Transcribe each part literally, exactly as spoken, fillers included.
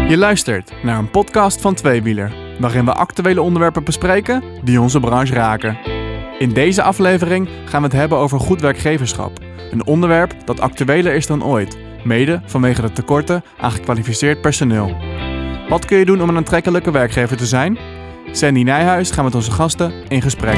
Je luistert naar een podcast van Tweewieler, waarin we actuele onderwerpen bespreken die onze branche raken. In deze aflevering gaan we het hebben over goed werkgeverschap. Een onderwerp dat actueler is dan ooit, mede vanwege de tekorten aan gekwalificeerd personeel. Wat kun je doen om een aantrekkelijke werkgever te zijn? Sandy Nijhuis gaat met onze gasten in gesprek.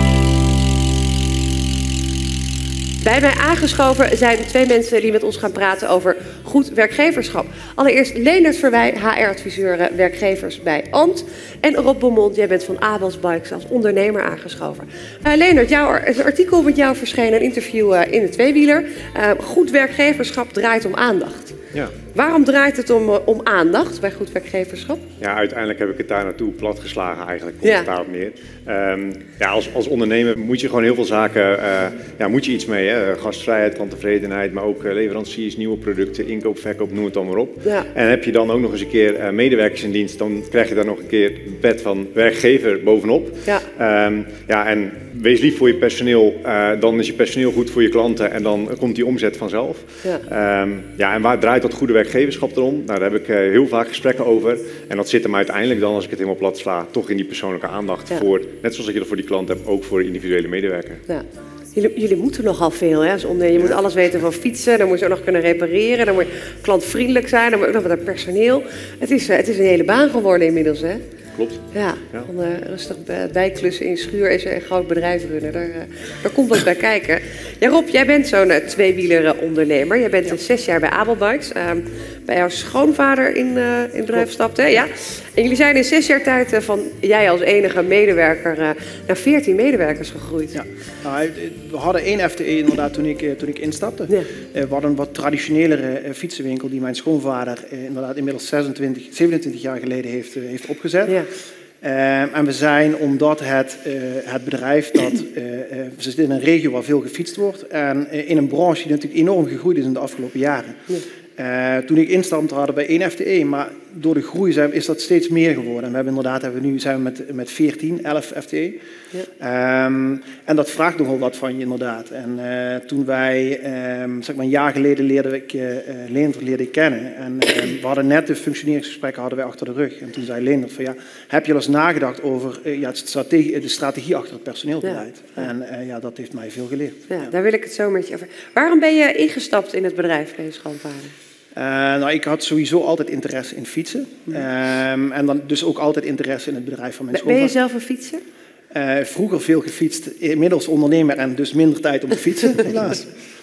Bij mij aangeschoven zijn twee mensen die met ons gaan praten over goed werkgeverschap. Allereerst Leendert Verwij, H R-adviseur werkgevers bij Ant. En Rob Beaumont, jij bent van Abels Bikes als ondernemer aangeschoven. Uh, Leendert, jouw, er is een artikel met jou verschenen, een interview uh, in de Tweewieler. Uh, goed werkgeverschap draait om aandacht. Ja. Waarom draait het om, uh, om aandacht bij goed werkgeverschap? Ja, uiteindelijk heb ik het daar naartoe platgeslagen eigenlijk, komt ja. het daarop neer. Um, ja, als, als ondernemer moet je gewoon heel veel zaken, uh, ja, moet je iets mee. Hè? Gastvrijheid, klanttevredenheid, maar ook uh, leveranciers, nieuwe producten, inkoop, verkoop, noem het allemaal op. Ja. En heb je dan ook nog eens een keer uh, medewerkers in dienst, dan krijg je daar nog een keer het pet van werkgever bovenop. Ja. Um, ja, en wees lief voor je personeel, uh, dan is je personeel goed voor je klanten en dan komt die omzet vanzelf. Ja. Um, ja, en waar draait dat goede werkgeverschap erom? Nou, daar heb ik uh, heel vaak gesprekken over. En dat zit hem uiteindelijk dan, als ik het helemaal plat sla, toch in die persoonlijke aandacht. Ja. Voor, net zoals ik je dat voor die klant heb, ook voor de individuele medewerker. Ja. Jullie, jullie moeten nogal veel, hè? Je ja. moet alles weten van fietsen, dan moet je ook nog kunnen repareren, dan moet je klantvriendelijk zijn, dan moet je ook nog met het personeel. Het is, uh, het is een hele baan geworden inmiddels, hè? Klopt. Ja, ja. Van, uh, rustig bijklussen in schuur en een groot bedrijf runnen. Daar, uh, daar komt wat bij kijken. Ja, Rob, jij bent zo'n uh, tweewieler ondernemer. Jij bent ja. zes jaar bij Abel Bikes. Uh, bij jouw schoonvader in, uh, in het bedrijf gestapt, hè? Ja. En jullie zijn in zes jaar tijd uh, van jij als enige medewerker uh, naar veertien medewerkers gegroeid. Ja. Nou, we hadden één F T E inderdaad toen ik, uh, toen ik instapte. Ja. Uh, we hadden een wat traditionelere uh, fietsenwinkel die mijn schoonvader uh, inderdaad inmiddels zesentwintig, zevenentwintig jaar geleden heeft, uh, heeft opgezet. Ja. Uh, en we zijn, omdat het, uh, het bedrijf dat, uh, uh, we zitten in een regio waar veel gefietst wordt en uh, in een branche die natuurlijk enorm gegroeid is in de afgelopen jaren. Ja. Uh, toen ik instapte hadden we één F T E, maar door de groei zijn, is dat steeds meer geworden. En we hebben inderdaad, hebben we nu zijn we met, met veertien, elf F T E. Ja. Um, en dat vraagt nogal wat van je inderdaad. En uh, toen wij, um, zeg maar een jaar geleden leerde ik uh, Leendert leerde ik kennen. En uh, we hadden net de functioneringsgesprekken hadden wij achter de rug. En toen zei Leendert van ja, heb je al eens nagedacht over uh, ja, strategie, de strategie achter het personeelbeleid? Ja. Ja. En uh, ja, dat heeft mij veel geleerd. Ja, ja. Daar wil ik het zo met je over. Waarom ben je ingestapt in het bedrijf bij je schoonvader? Uh, nou, ik had sowieso altijd interesse in fietsen. Um, en dan dus ook altijd interesse in het bedrijf van mijn schoonvader. Ben je zelf een fietser? Uh, vroeger veel gefietst, inmiddels ondernemer en dus minder tijd om te fietsen, helaas.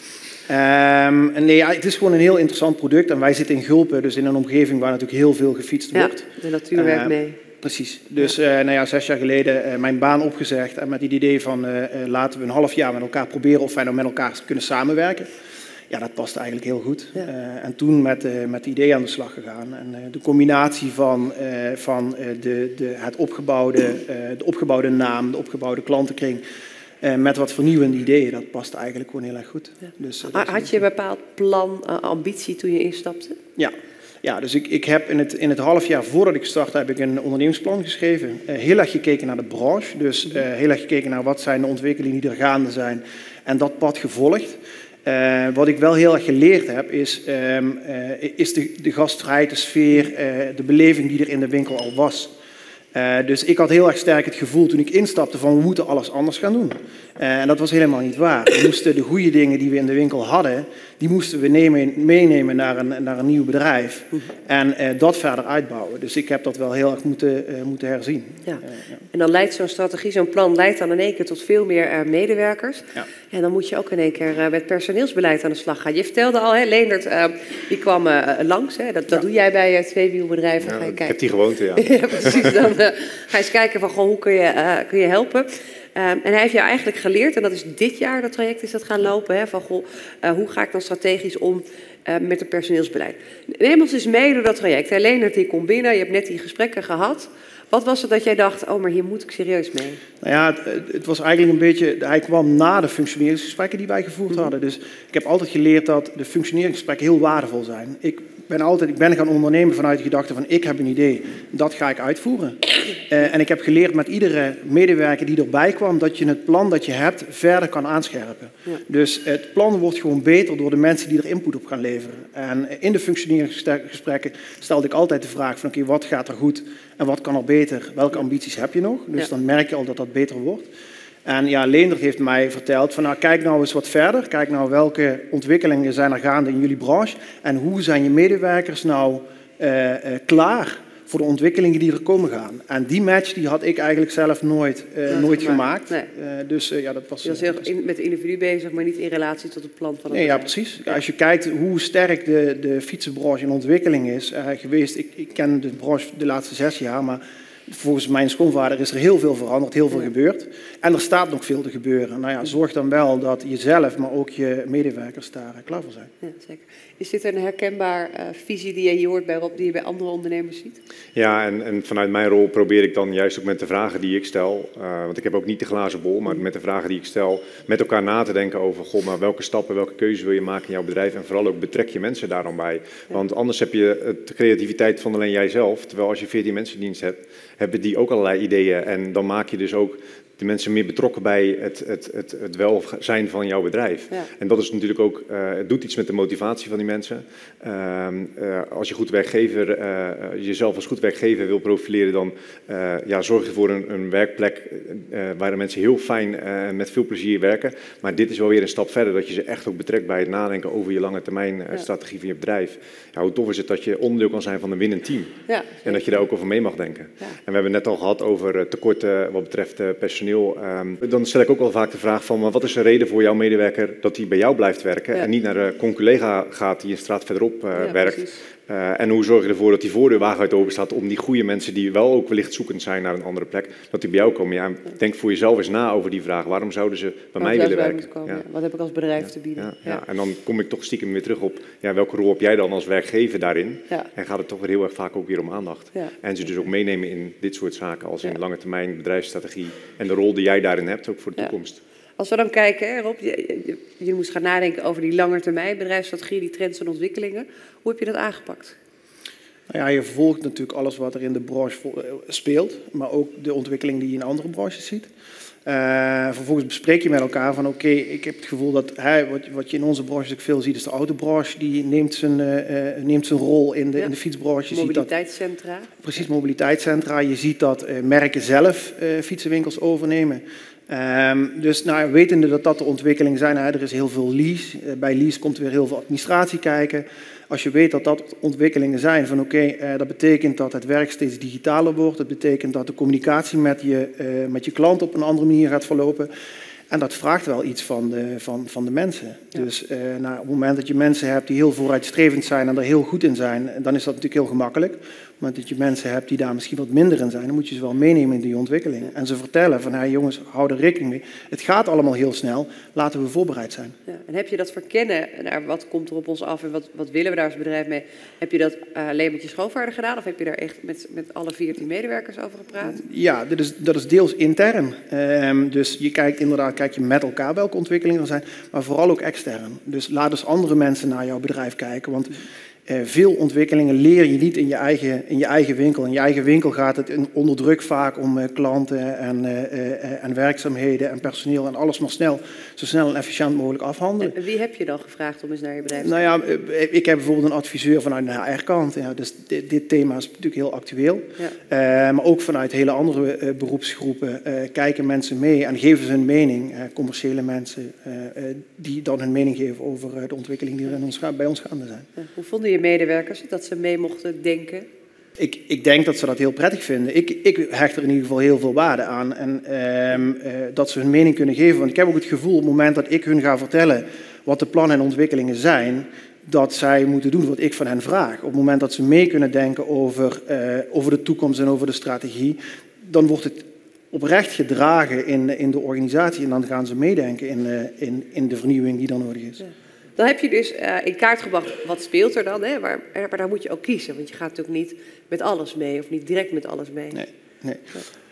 Um, en nee, ja, het is gewoon een heel interessant product. En wij zitten in Gulpen, dus in een omgeving waar natuurlijk heel veel gefietst wordt. Ja, de natuur werkt uh, mee. Precies. Dus uh, nou ja, zes jaar geleden uh, mijn baan opgezegd. En met het idee van uh, uh, laten we een half jaar met elkaar proberen of wij nou met elkaar kunnen samenwerken. Ja, dat past eigenlijk heel goed. Ja. Uh, en toen met, uh, met het idee aan de slag gegaan. En uh, de combinatie van, uh, van uh, de, de, het opgebouwde, uh, de opgebouwde naam, de opgebouwde klantenkring, uh, met wat vernieuwende ideeën, dat past eigenlijk gewoon heel erg goed. Ja. Dus, uh, Had dus je een bepaald plan, uh, ambitie toen je instapte? Ja. Ja, dus ik, ik heb in het, in het half jaar voordat ik startte, heb ik een ondernemingsplan geschreven. Uh, heel erg gekeken naar de branche. Dus uh, heel erg gekeken naar wat zijn de ontwikkelingen die er gaande zijn. En dat pad gevolgd. Uh, wat ik wel heel erg geleerd heb, is, um, uh, is de, de gastvrijheid, de sfeer, uh, de beleving die er in de winkel al was. Uh, dus ik had heel erg sterk het gevoel toen ik instapte van we moeten alles anders gaan doen. Uh, en dat was helemaal niet waar. We moesten de goede dingen die we in de winkel hadden, die moesten we nemen, meenemen naar een, naar een nieuw bedrijf. En uh, dat verder uitbouwen. Dus ik heb dat wel heel erg moeten, uh, moeten herzien. Ja. Uh, ja. En dan leidt zo'n strategie, zo'n plan leidt dan in één keer tot veel meer uh, medewerkers. Ja. En dan moet je ook in één keer uh, met personeelsbeleid aan de slag gaan. Je vertelde al, hè, Leendert, uh, die kwam uh, langs. Hè? Dat, dat ja. doe jij bij uh, tweewielbedrijven. Ja, ga je ik kijken. heb die gewoonte, ja. Ja, precies. Dan uh, ga je eens kijken van, goh, hoe kun je, uh, kun je helpen. Um, en hij heeft jou eigenlijk geleerd, en dat is dit jaar dat traject is dat gaan lopen, hè, van goh, uh, hoe ga ik dan strategisch om uh, met het personeelsbeleid. Neem ons eens mee door dat traject. Hè. Leendert, die komt binnen, je hebt net die gesprekken gehad. Wat was het dat jij dacht, oh, maar hier moet ik serieus mee? Nou ja, het, het was eigenlijk een beetje, hij kwam na de functioneringsgesprekken die wij gevoerd hadden. Dus ik heb altijd geleerd dat de functioneringsgesprekken heel waardevol zijn. Ik ben altijd, ik ben gaan ondernemen vanuit de gedachte van ik heb een idee, dat ga ik uitvoeren. Uh, en ik heb geleerd met iedere medewerker die erbij kwam dat je het plan dat je hebt verder kan aanscherpen. Ja. Dus het plan wordt gewoon beter door de mensen die er input op gaan leveren. En in de functioneringsgesprekken stelde ik altijd de vraag van oké, okay, wat gaat er goed en wat kan er beter? Welke ambities heb je nog? Dus ja. dan merk je al dat dat beter wordt. En ja, Leendert heeft mij verteld van nou, kijk nou eens wat verder. Kijk nou welke ontwikkelingen zijn er gaande in jullie branche. En hoe zijn je medewerkers nou uh, uh, klaar voor de ontwikkelingen die er komen gaan. En die match die had ik eigenlijk zelf nooit, uh, ja, nooit gemaakt. Nee. Uh, dus uh, ja, dat was... Je was heel in, met de individu bezig, maar niet in relatie tot het plan van het nee, bedrijf. Ja, precies. Ja. Als je kijkt hoe sterk de, de fietsenbranche in ontwikkeling is uh, geweest. Ik, ik ken de branche de laatste zes jaar, maar... Volgens mijn schoonvader is er heel veel veranderd, heel veel gebeurd. En er staat nog veel te gebeuren. Nou ja, zorg dan wel dat jezelf, maar ook je medewerkers daar klaar voor zijn. Ja, zeker. Is dit een herkenbaar uh, visie die je hier hoort bij Rob, die je bij andere ondernemers ziet? Ja, en, en vanuit mijn rol probeer ik dan juist ook met de vragen die ik stel, uh, want ik heb ook niet de glazen bol, maar met de vragen die ik stel, met elkaar na te denken over, goh, maar welke stappen, welke keuzes wil je maken in jouw bedrijf en vooral ook betrek je mensen daar dan bij. Ja. Want anders heb je de creativiteit van alleen jijzelf, terwijl als je veertien mensen in dienst hebt, hebben die ook allerlei ideeën en dan maak je dus ook de mensen meer betrokken bij het, het, het, het welzijn van jouw bedrijf. Ja. En dat is natuurlijk ook, uh, het doet iets met de motivatie van die mensen. Uh, uh, als je goed werkgever, uh, jezelf als goed werkgever wil profileren, dan uh, ja, zorg je voor een, een werkplek uh, waar de mensen heel fijn en uh, met veel plezier werken. Maar dit is wel weer een stap verder, dat je ze echt ook betrekt bij het nadenken over je lange termijn uh, ja. strategie van je bedrijf. Ja, hoe tof is het dat je onderdeel kan zijn van een winnend team. Ja, en dat je daar ook over mee mag denken. Ja. En we hebben het net al gehad over uh, tekorten wat betreft uh, personeel. Um, dan stel ik ook wel vaak de vraag van, maar wat is de reden voor jouw medewerker dat hij bij jou blijft werken ja. en niet naar de conculega gaat die een straat verderop uh, ja, werkt. Uh, en hoe zorg je ervoor dat die voordeur wagenwijd open staat om die goede mensen die wel ook wellicht zoekend zijn naar een andere plek, dat die bij jou komen. Ja, denk voor jezelf eens na over die vraag. Waarom zouden ze bij mij willen werken? Ja. Ja. Wat heb ik als bedrijf ja. te bieden? Ja. Ja. Ja. En dan kom ik toch stiekem weer terug op, ja, welke rol heb jij dan als werkgever daarin? Ja. En gaat het toch weer heel erg vaak ook weer om aandacht. Ja. En ze dus ook meenemen in dit soort zaken als in ja. lange termijn bedrijfsstrategie en de rol die jij daarin hebt ook voor de ja. toekomst. Als we dan kijken, hè, Rob, je, je, je moest gaan nadenken over die langetermijn bedrijfsstrategie, die trends en ontwikkelingen. Hoe heb je dat aangepakt? Nou ja, je volgt natuurlijk alles wat er in de branche speelt, maar ook de ontwikkeling die je in andere branches ziet. Uh, vervolgens bespreek je met elkaar van oké, okay, ik heb het gevoel dat hè, wat, wat je in onze branche ook veel ziet, is de autobranche die neemt zijn, uh, neemt zijn rol in de, ja. in de fietsbranche. Je mobiliteitscentra. Ziet dat, precies, mobiliteitscentra. Je ziet dat uh, merken zelf uh, fietsenwinkels overnemen. Um, dus nou, wetende dat dat de ontwikkelingen zijn, hè, er is heel veel lease. Uh, bij lease komt er weer heel veel administratie kijken. Als je weet dat dat ontwikkelingen zijn van oké, okay, uh, dat betekent dat het werk steeds digitaler wordt. Dat betekent dat de communicatie met je, uh, met je klant op een andere manier gaat verlopen. En dat vraagt wel iets van de, van, van de mensen. Ja. Dus uh, nou, op het moment dat je mensen hebt die heel vooruitstrevend zijn en er heel goed in zijn, dan is dat natuurlijk heel gemakkelijk. Op het moment dat je mensen hebt die daar misschien wat minder in zijn, dan moet je ze wel meenemen in die ontwikkeling. En ze vertellen van, hey, jongens, hou er rekening mee. Het gaat allemaal heel snel, laten we voorbereid zijn. Ja, en heb je dat verkennen naar wat komt er op ons af en wat, wat willen we daar als bedrijf mee? Heb je dat uh, alleen met je schoonvader gedaan of heb je daar echt met, met alle veertien medewerkers over gepraat? Ja, dit is, dat is deels intern. Um, dus je kijkt inderdaad, kijk je met elkaar welke ontwikkelingen er zijn, maar vooral ook extern. Dus laat dus andere mensen naar jouw bedrijf kijken, want uh, veel ontwikkelingen leer je niet in je eigen, in je eigen winkel. In je eigen winkel gaat het onder druk vaak om uh, klanten en, uh, uh, en werkzaamheden en personeel en alles maar snel, zo snel en efficiënt mogelijk afhandelen. En wie heb je dan gevraagd om eens naar je bedrijf te Nou ja, uh, ik heb bijvoorbeeld een adviseur vanuit de H R-kant. Ja, dus dit, dit thema is natuurlijk heel actueel. Ja. Uh, maar ook vanuit hele andere uh, beroepsgroepen uh, kijken mensen mee en geven ze hun mening. Uh, commerciële mensen uh, uh, die dan hun mening geven over uh, de ontwikkeling die er in ons, bij ons gaande zijn. Ja. Hoe vonden je medewerkers dat ze mee mochten denken? Ik, ik denk dat ze dat heel prettig vinden. Ik, ik hecht er in ieder geval heel veel waarde aan. En uh, uh, dat ze hun mening kunnen geven. Want ik heb ook het gevoel op het moment dat ik hun ga vertellen wat de plannen en ontwikkelingen zijn, dat zij moeten doen wat ik van hen vraag. Op het moment dat ze mee kunnen denken over, uh, over de toekomst en over de strategie, dan wordt het oprecht gedragen in, in de organisatie. En dan gaan ze meedenken in, uh, in, in de vernieuwing die dan nodig is. Ja. Dan heb je dus uh, in kaart gebracht, wat speelt er dan? Hè? Maar, maar daar moet je ook kiezen, want je gaat natuurlijk niet met alles mee of niet direct met alles mee. Nee, nee.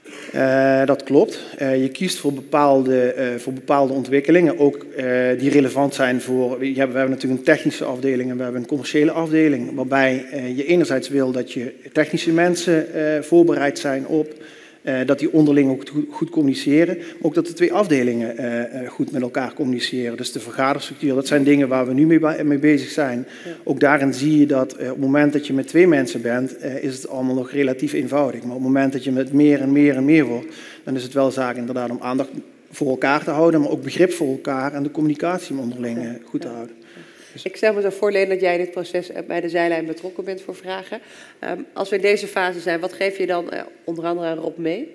Uh, dat klopt. Uh, je kiest voor bepaalde, uh, voor bepaalde ontwikkelingen, ook uh, die relevant zijn voor... We hebben, we hebben natuurlijk een technische afdeling en we hebben een commerciële afdeling, waarbij uh, je enerzijds wil dat je technische mensen uh, voorbereid zijn op... Uh, dat die onderling ook goed, goed communiceren, maar ook dat de twee afdelingen uh, uh, goed met elkaar communiceren. Dus de vergaderstructuur, dat zijn dingen waar we nu mee, mee bezig zijn. Ja. Ook daarin zie je dat uh, op het moment dat je met twee mensen bent, uh, is het allemaal nog relatief eenvoudig. Maar op het moment dat je met meer en meer en meer wordt, dan is het wel zaak inderdaad om aandacht voor elkaar te houden, maar ook begrip voor elkaar en de communicatie onderling uh, goed te houden. Dus... Ik stel me zo voor, Leen, dat jij in dit proces bij de zijlijn betrokken bent voor vragen. Um, als we in deze fase zijn, wat geef je dan uh, onder andere aan Rob mee?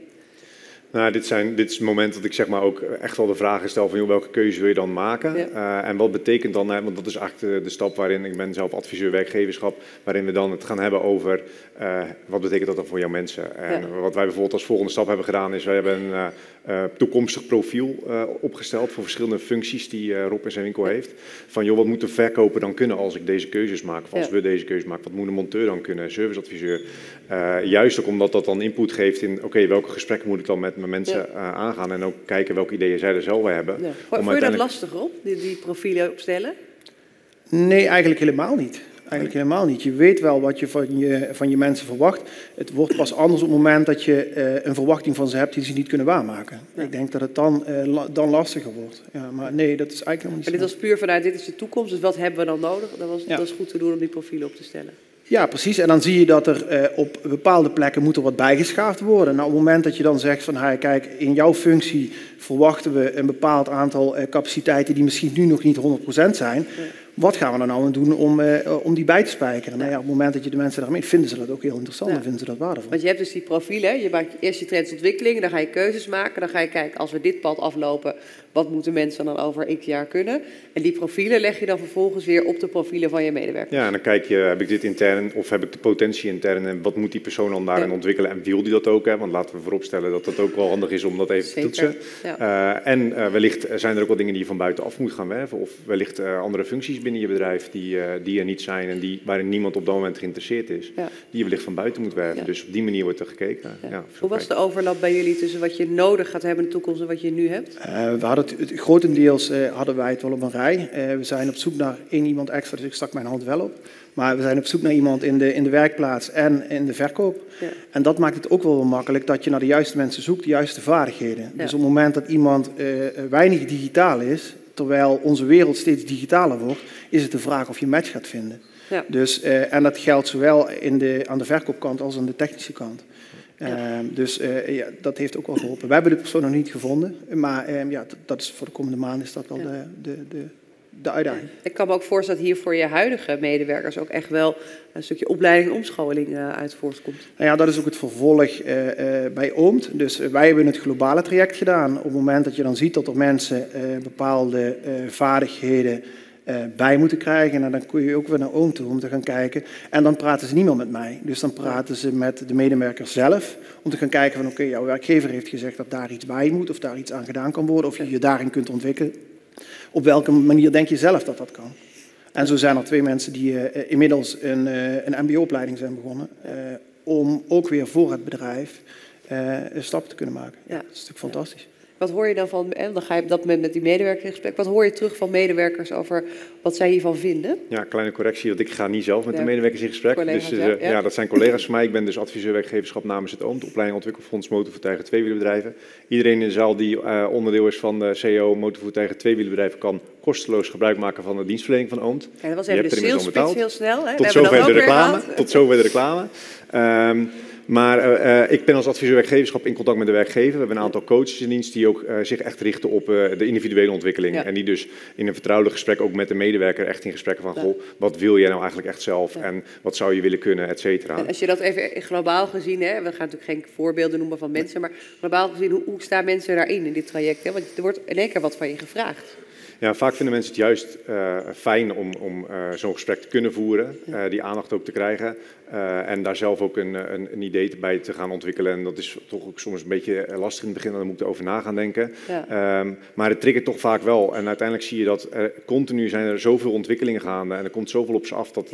Nou, dit, zijn, dit is het moment dat ik zeg maar ook echt wel de vragen stel van joh, welke keuze wil je dan maken? Ja. Uh, en wat betekent dan, want dat is eigenlijk de, de stap waarin, ik ben zelf adviseur werkgeverschap, waarin we dan het gaan hebben over uh, wat betekent dat dan voor jouw mensen? En ja. wat wij bijvoorbeeld als volgende stap hebben gedaan is, wij hebben een uh, uh, toekomstig profiel uh, opgesteld voor verschillende functies die uh, Rob in zijn winkel heeft. Van joh, wat moet de verkoper dan kunnen als ik deze keuzes maak? Of als ja. we deze keuzes maken, wat moet een monteur dan kunnen? Serviceadviseur. Uh, juist ook omdat dat dan input geeft in, oké, okay, welke gesprekken moet ik dan met mijn mensen ja. uh, aangaan en ook kijken welke ideeën zij er zelf bij hebben. Ja. Vond je dat lastig, Rob, die, die profielen opstellen? Nee, eigenlijk helemaal niet. Eigenlijk helemaal niet. Je weet wel wat je van je, van je mensen verwacht. Het wordt pas anders op het moment dat je uh, een verwachting van ze hebt die ze niet kunnen waarmaken. Ja. Ik denk dat het dan, uh, la, dan lastiger wordt. Ja, maar nee, dat is eigenlijk helemaal niet zo. En dit was puur vanuit, dit is de toekomst, dus wat hebben we dan nodig? Dat was, ja. dat is goed te doen om die profielen op te stellen. Ja, precies. En dan zie je dat er uh, op bepaalde plekken moet er wat bijgeschaafd worden. Nou, op het moment dat je dan zegt van, hey, kijk, in jouw functie verwachten we een bepaald aantal uh, capaciteiten die misschien nu nog niet honderd procent zijn. Ja. Wat gaan we er nou aan doen om, uh, om die bij te spijkeren? Ja. Nou ja, op het moment dat je de mensen daarmee vinden ze dat ook heel interessant ja. en vinden ze dat waardevol. Want je hebt dus die profielen, je maakt eerst je trendsontwikkeling, dan ga je keuzes maken, dan ga je kijken, als we dit pad aflopen, wat moeten mensen dan over x jaar kunnen? En die profielen leg je dan vervolgens weer op de profielen van je medewerkers. Ja, en dan kijk je, heb ik dit intern of heb ik de potentie intern en wat moet die persoon dan daarin ja. ontwikkelen en wil die dat ook? Hè? Want laten we vooropstellen dat het ook wel handig is om dat even Zeker. te toetsen. Ja. Uh, en uh, wellicht zijn er ook wel dingen die je van buitenaf moet gaan werven of wellicht uh, andere functies binnen je bedrijf die, uh, die er niet zijn en die, waarin niemand op dat moment geïnteresseerd is, ja. die je wellicht van buiten moet werven. Ja. Dus op die manier wordt er gekeken. Ja. Ja, Hoe was de overlap bij jullie tussen wat je nodig gaat hebben in de toekomst en wat je nu hebt? Uh, we hadden het, het, grotendeels uh, hadden wij het wel op een rij. Uh, we zijn op zoek naar één iemand extra, dus ik stak mijn hand wel op. Maar we zijn op zoek naar iemand in de, in de werkplaats en in de verkoop. Ja. En dat maakt het ook wel makkelijk dat je naar de juiste mensen zoekt, de juiste vaardigheden. Ja. Dus op het moment dat iemand uh, weinig digitaal is, terwijl onze wereld steeds digitaler wordt, is het de vraag of je match gaat vinden. Ja. Dus, uh, en dat geldt zowel in de, aan de verkoopkant als aan de technische kant. Ja. Uh, dus uh, ja, dat heeft ook wel geholpen. We hebben de persoon nog niet gevonden, maar uh, ja, dat, dat is voor de komende maanden is dat wel ja. de, de, de, de uitdaging. Ik kan me ook voorstellen dat hier voor je huidige medewerkers ook echt wel een stukje opleiding en omscholing uh, uit voortkomt. Nou ja, dat is ook het vervolg uh, uh, bij Oomt. Dus uh, wij hebben het globale traject gedaan. Op het moment dat je dan ziet dat er mensen uh, bepaalde uh, vaardigheden uh, bij moeten krijgen, en dan kun je ook weer naar Oomt toe om te gaan kijken. En dan praten ze niet meer met mij. Dus dan praten ze met de medewerker zelf om te gaan kijken van oké, okay, jouw werkgever heeft gezegd dat daar iets bij moet of daar iets aan gedaan kan worden of je je daarin kunt ontwikkelen. Op welke manier denk je zelf dat dat kan? En zo zijn er twee mensen die uh, inmiddels een, uh, een M B O-opleiding zijn begonnen. Uh, om ook weer voor het bedrijf uh, een stap te kunnen maken. Ja. Dat is natuurlijk fantastisch. Wat hoor je dan van, en dan ga je op dat moment met die medewerker in gesprek. Wat hoor je terug van medewerkers over wat zij hiervan vinden? Ja, kleine correctie, want ik ga niet zelf met ja. de medewerkers in gesprek. Collega's, dus uh, ja. Ja. ja, dat zijn collega's van mij. Ik ben dus adviseur werkgeverschap namens het Oomt, opleiding ontwikkelfonds motorvoertuigen tweewielenbedrijven. Iedereen in de zaal die uh, onderdeel is van de C E O motorvoertuigen tweewielenbedrijven kan kosteloos gebruik maken van de dienstverlening van Oomt. Ja, dat was even de sales pitch heel snel. Hè? Tot zover de reclame. Tot zover de reclame. Um, Maar uh, ik ben als adviseur werkgeverschap in contact met de werkgever. We hebben een aantal coaches in dienst die ook uh, zich echt richten op uh, de individuele ontwikkeling. Ja. En die dus in een vertrouwelijk gesprek ook met de medewerker echt in gesprekken van, ja. goh, wat wil jij nou eigenlijk echt zelf ja. en wat zou je willen kunnen, et cetera. En als je dat even globaal gezien, hè, we gaan natuurlijk geen voorbeelden noemen van mensen, maar globaal gezien, hoe, hoe staan mensen daarin in dit traject? Hè? Want er wordt in één keer wat van je gevraagd. Ja, vaak vinden mensen het juist uh, fijn om, om uh, zo'n gesprek te kunnen voeren, uh, die aandacht ook te krijgen uh, en daar zelf ook een, een, een idee bij te gaan ontwikkelen. En dat is toch ook soms een beetje lastig in het begin, dan moet ik erover na gaan denken. Ja. Um, maar het triggert toch vaak wel en uiteindelijk zie je dat er continu zijn er zoveel ontwikkelingen gaande en er komt zoveel op ze af dat het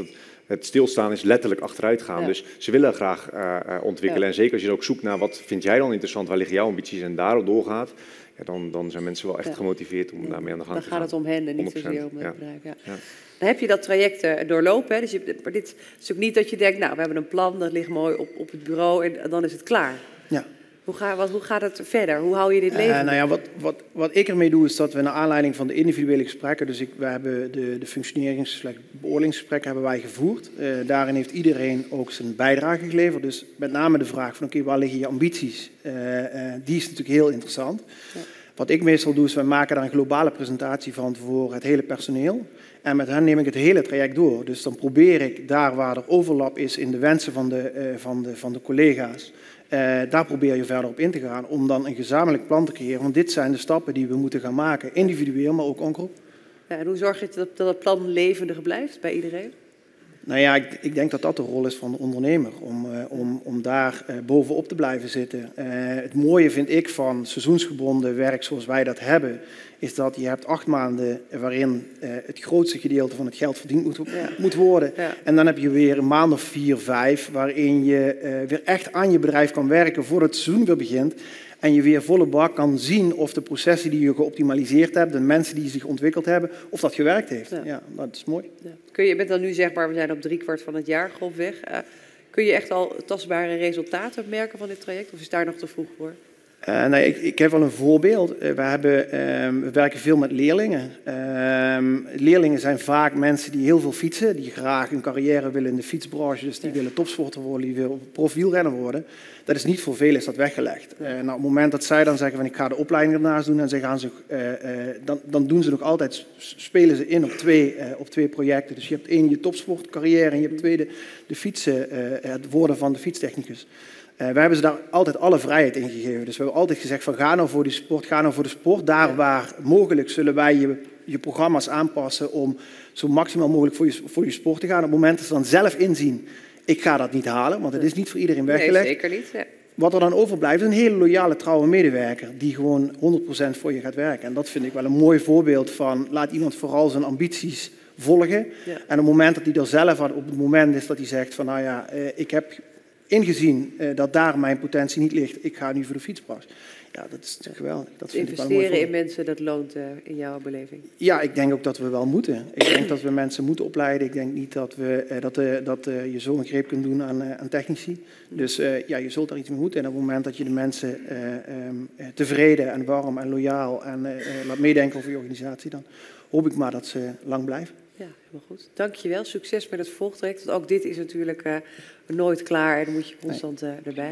Het stilstaan is letterlijk achteruit gaan. Ja. Dus ze willen graag uh, ontwikkelen. Ja. En zeker als je ook zoekt naar wat vind jij dan interessant, waar liggen jouw ambities en daarop doorgaat, ja, dan, dan zijn mensen wel echt ja. gemotiveerd om ja. daarmee aan de gang dan te gaan. Dan gaat het om hen en niet zozeer om het ja. bedrijf. Ja. Ja. Dan heb je dat traject uh, doorlopen. Hè? Dus je, maar dit is natuurlijk niet dat je denkt, nou, we hebben een plan, dat ligt mooi op, op het bureau en dan is het klaar. Ja. Hoe, ga, wat, hoe gaat het verder? Hoe hou je dit leven? Uh, nou ja, wat, wat, wat ik ermee doe is dat we naar aanleiding van de individuele gesprekken, dus ik, we hebben de, de functionerings- en beoordelingsgesprekken hebben wij gevoerd. Uh, daarin heeft iedereen ook zijn bijdrage geleverd. Dus met name de vraag van oké, okay, waar liggen je ambities? Uh, uh, die is natuurlijk heel interessant. Ja. Wat ik meestal doe is, wij maken daar een globale presentatie van voor het hele personeel. En met hen neem ik het hele traject door. Dus dan probeer ik daar waar er overlap is in de wensen van de, uh, van de, van de collega's, Uh, daar probeer je verder op in te gaan om dan een gezamenlijk plan te creëren. Want dit zijn de stappen die we moeten gaan maken, individueel, maar ook en groep. Ja, en hoe zorg je dat, dat het plan levendig blijft bij iedereen? Nou ja, ik, ik denk dat dat de rol is van de ondernemer, om, uh, om, om daar uh, bovenop te blijven zitten. Uh, het mooie vind ik van seizoensgebonden werk zoals wij dat hebben, is dat je hebt acht maanden waarin uh, het grootste gedeelte van het geld verdiend moet, ja. moet worden. Ja. En dan heb je weer een maand of vier, vijf, waarin je uh, weer echt aan je bedrijf kan werken voordat het seizoen weer begint. En je weer volle bak kan zien of de processen die je geoptimaliseerd hebt, de mensen die zich ontwikkeld hebben, of dat gewerkt heeft. Ja, ja dat is mooi. Ja. Kun je, je bent dan nu zeg maar, we zijn op driekwart van het jaar grofweg. Uh, kun je echt al tastbare resultaten merken van dit traject? Of is daar nog te vroeg voor? Uh, nee, ik, ik heb wel een voorbeeld. Uh, we, hebben, uh, we werken veel met leerlingen. Uh, leerlingen zijn vaak mensen die heel veel fietsen, die graag een carrière willen in de fietsbranche, dus die ja. willen topsporter worden, die willen profielrenner worden. Dat is niet voor velen is dat weggelegd. Uh, nou, op het moment dat zij dan zeggen van ik ga de opleiding ernaast doen en ze gaan zich, uh, uh, dan, dan doen ze nog altijd, spelen ze in op twee, uh, op twee projecten. Dus je hebt één je topsportcarrière en je hebt tweede de fietsen, uh, het worden van de fietstechnicus. Uh, wij hebben ze daar altijd alle vrijheid in gegeven. Dus we hebben altijd gezegd van ga nou voor die sport, ga nou voor de sport. Daar waar mogelijk zullen wij je, je programma's aanpassen om zo maximaal mogelijk voor je, voor je sport te gaan. Op het moment dat ze dan zelf inzien, ik ga dat niet halen, want het is niet voor iedereen weggelegd. Nee, zeker niet. Ja. Wat er dan overblijft is een hele loyale, trouwe medewerker die gewoon honderd procent voor je gaat werken. En dat vind ik wel een mooi voorbeeld van laat iemand vooral zijn ambities volgen. Ja. En op het moment dat hij er zelf op het moment is dat hij zegt van nou ja, uh, ik heb ingezien uh, dat daar mijn potentie niet ligt, ik ga nu voor de fietsbranche. Ja, dat is natuurlijk geweldig. Dat vind ik wel mooi. Investeren in mensen, dat loont uh, in jouw beleving? Ja, ik denk ook dat we wel moeten. Ik denk dat we mensen moeten opleiden. Ik denk niet dat, we, uh, dat, uh, dat uh, je zo een greep kunt doen aan, uh, aan technici. Dus uh, ja, je zult daar iets mee moeten. En op het moment dat je de mensen uh, um, uh, tevreden en warm en loyaal en uh, uh, laat meedenken over je organisatie, dan hoop ik maar dat ze lang blijven. Ja, helemaal goed. Dankjewel. Succes met het volgtraject. Want ook dit is natuurlijk uh, nooit klaar en dan moet je constant uh, erbij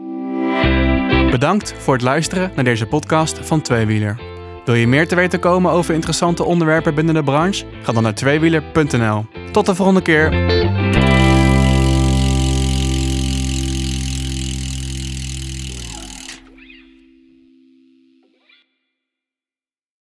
houden. Bedankt voor het luisteren naar deze podcast van Tweewieler. Wil je meer te weten komen over interessante onderwerpen binnen de branche? Ga dan naar tweewieler punt n l. Tot de volgende keer.